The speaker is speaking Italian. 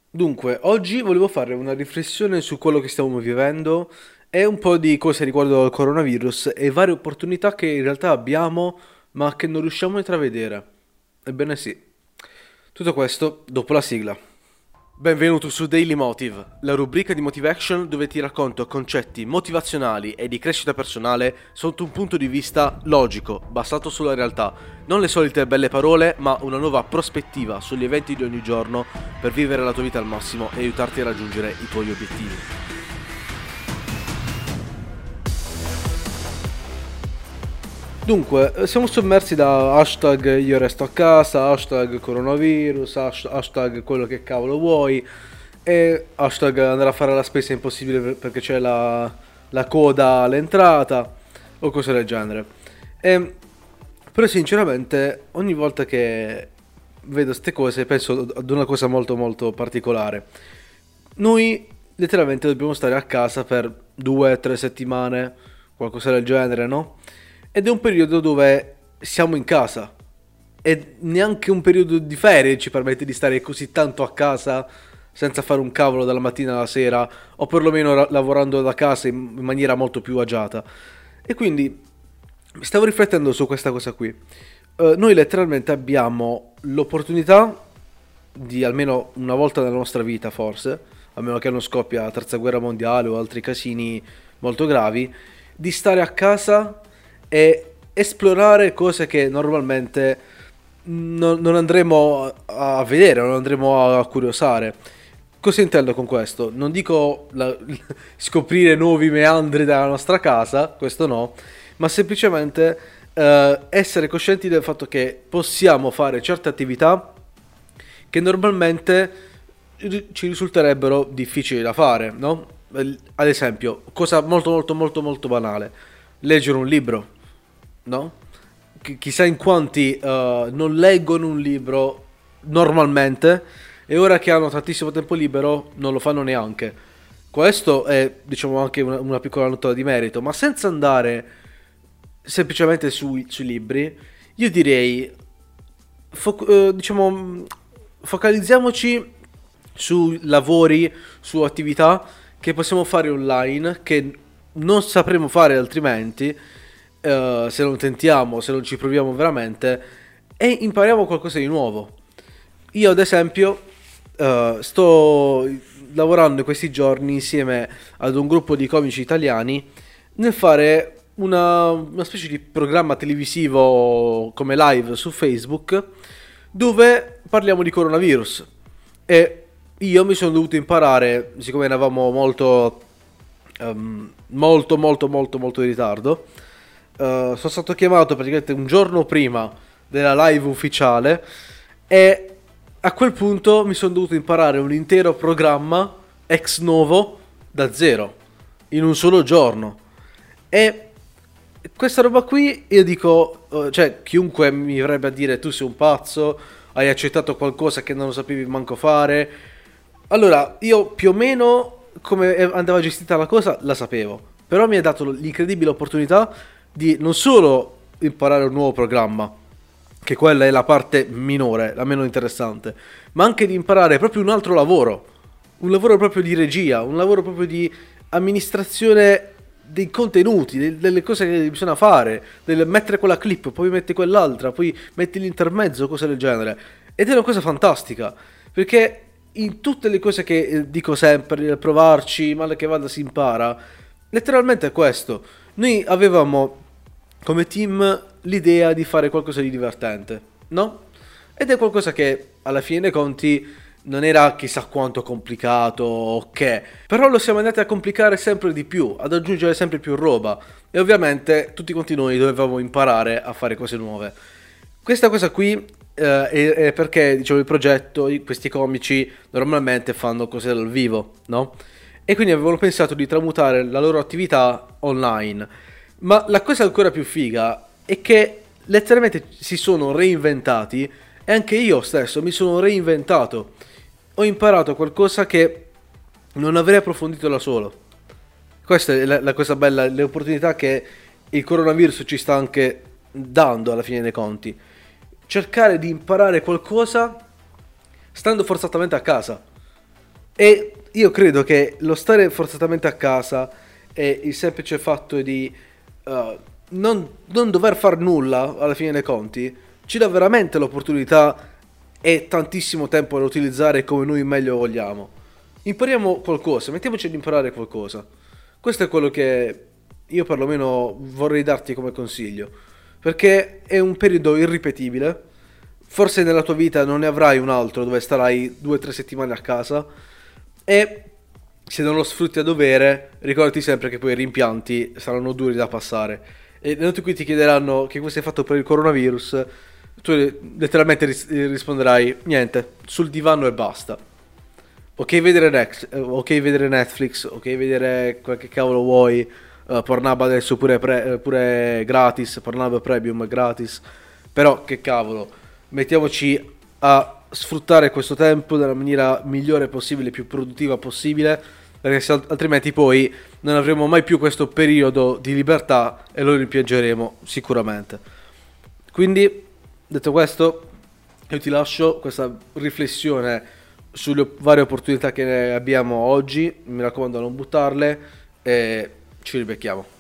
Dunque, oggi volevo fare una riflessione su quello che stiamo vivendo e un po' di cose riguardo al coronavirus e varie opportunità che in realtà abbiamo, ma che non riusciamo a intravedere. Ebbene sì. Tutto questo dopo la sigla. Benvenuto su Daily Motive, la rubrica di Motive Action dove ti racconto concetti motivazionali e di crescita personale sotto un punto di vista logico, basato sulla realtà. Non le solite belle parole, ma una nuova prospettiva sugli eventi di ogni giorno per vivere la tua vita al massimo e aiutarti a raggiungere i tuoi obiettivi. Dunque, siamo sommersi da hashtag io resto a casa, hashtag coronavirus, hashtag quello che cavolo vuoi e hashtag andare a fare la spesa è impossibile perché c'è la coda all'entrata o cose del genere. E, però sinceramente ogni volta che vedo queste cose penso ad una cosa molto molto particolare. Noi letteralmente dobbiamo stare a casa per 2 o 3 settimane, qualcosa del genere, no? Ed è un periodo dove siamo in casa. E neanche un periodo di ferie ci permette di stare così tanto a casa senza fare un cavolo dalla mattina alla sera, o perlomeno lavorando da casa in maniera molto più agiata. E quindi stavo riflettendo su questa cosa qui. Noi letteralmente abbiamo l'opportunità di almeno una volta nella nostra vita, forse, a meno che non scoppia la terza guerra mondiale o altri casini molto gravi, di stare a casa e esplorare cose che normalmente non andremo a vedere, non andremo a curiosare. Cosa intendo con questo? Non dico scoprire nuovi meandri della nostra casa, questo no, ma semplicemente essere coscienti del fatto che possiamo fare certe attività che normalmente ci risulterebbero difficili da fare, no? Ad esempio, cosa molto molto molto molto banale, leggere un libro, no? Chissà in quanti non leggono un libro normalmente e ora che hanno tantissimo tempo libero non lo fanno neanche. Questo è, diciamo, anche una piccola nota di merito, ma senza andare semplicemente sui libri, io direi, diciamo, focalizziamoci su lavori, su attività che possiamo fare online, che non sapremo fare altrimenti, se non tentiamo, se non ci proviamo veramente, e impariamo qualcosa di nuovo. Io ad esempio sto lavorando in questi giorni insieme ad un gruppo di comici italiani nel fare una specie di programma televisivo come live su Facebook dove parliamo di coronavirus. E io mi sono dovuto imparare, siccome eravamo molto in ritardo, sono stato chiamato praticamente un giorno prima della live ufficiale e a quel punto mi sono dovuto imparare un intero programma ex novo da zero in un solo giorno. E questa roba qui io dico, cioè chiunque mi verrebbe a dire tu sei un pazzo, hai accettato qualcosa che non lo sapevi manco fare. Allora, io più o meno come andava gestita la cosa la sapevo, però mi ha dato l'incredibile opportunità di non solo imparare un nuovo programma, che quella è la parte minore, la meno interessante, ma anche di imparare proprio un lavoro proprio di regia, un lavoro proprio di amministrazione dei contenuti, delle cose che bisogna fare, del mettere quella clip, poi metti quell'altra, poi metti l'intermezzo, cose del genere. Ed è una cosa fantastica, perché in tutte le cose che dico sempre, nel provarci, male che vada si impara, letteralmente è questo. Noi avevamo come team l'idea di fare qualcosa di divertente, no? Ed è qualcosa che alla fine dei conti non era chissà quanto complicato o che, però lo siamo andati a complicare sempre di più, ad aggiungere sempre più roba e ovviamente tutti quanti noi dovevamo imparare a fare cose nuove. Questa cosa qui è perché diciamo il progetto, questi comici normalmente fanno cose dal vivo, no? E quindi avevano pensato di tramutare la loro attività online. Ma la cosa ancora più figa è che letteralmente si sono reinventati e anche io stesso mi sono reinventato. Ho imparato qualcosa che non avrei approfondito da solo. Questa è la cosa bella, le opportunità che il coronavirus ci sta anche dando alla fine dei conti. Cercare di imparare qualcosa stando forzatamente a casa. E io credo che lo stare forzatamente a casa e il semplice fatto di non dover far nulla alla fine dei conti ci dà veramente l'opportunità e tantissimo tempo da utilizzare come noi meglio vogliamo. Impariamo qualcosa, mettiamoci ad imparare qualcosa. Questo è quello che io perlomeno vorrei darti come consiglio, perché è un periodo irripetibile. Forse nella tua vita non ne avrai un altro dove starai 2 o 3 settimane a casa e se non lo sfrutti a dovere, ricordati sempre che poi i rimpianti saranno duri da passare. E nel momento in cui ti chiederanno che cosa hai fatto per il coronavirus, tu letteralmente risponderai niente, sul divano e basta. Ok vedere Netflix, ok vedere quel che cavolo vuoi, Pornhub adesso pure gratis, Pornhub Premium gratis, però che cavolo, mettiamoci a sfruttare questo tempo nella maniera migliore possibile, più produttiva possibile, perché altrimenti poi non avremo mai più questo periodo di libertà e lo rimpiangeremo sicuramente. Quindi, detto questo, io ti lascio questa riflessione sulle varie opportunità che abbiamo oggi, mi raccomando non buttarle e ci ribecchiamo.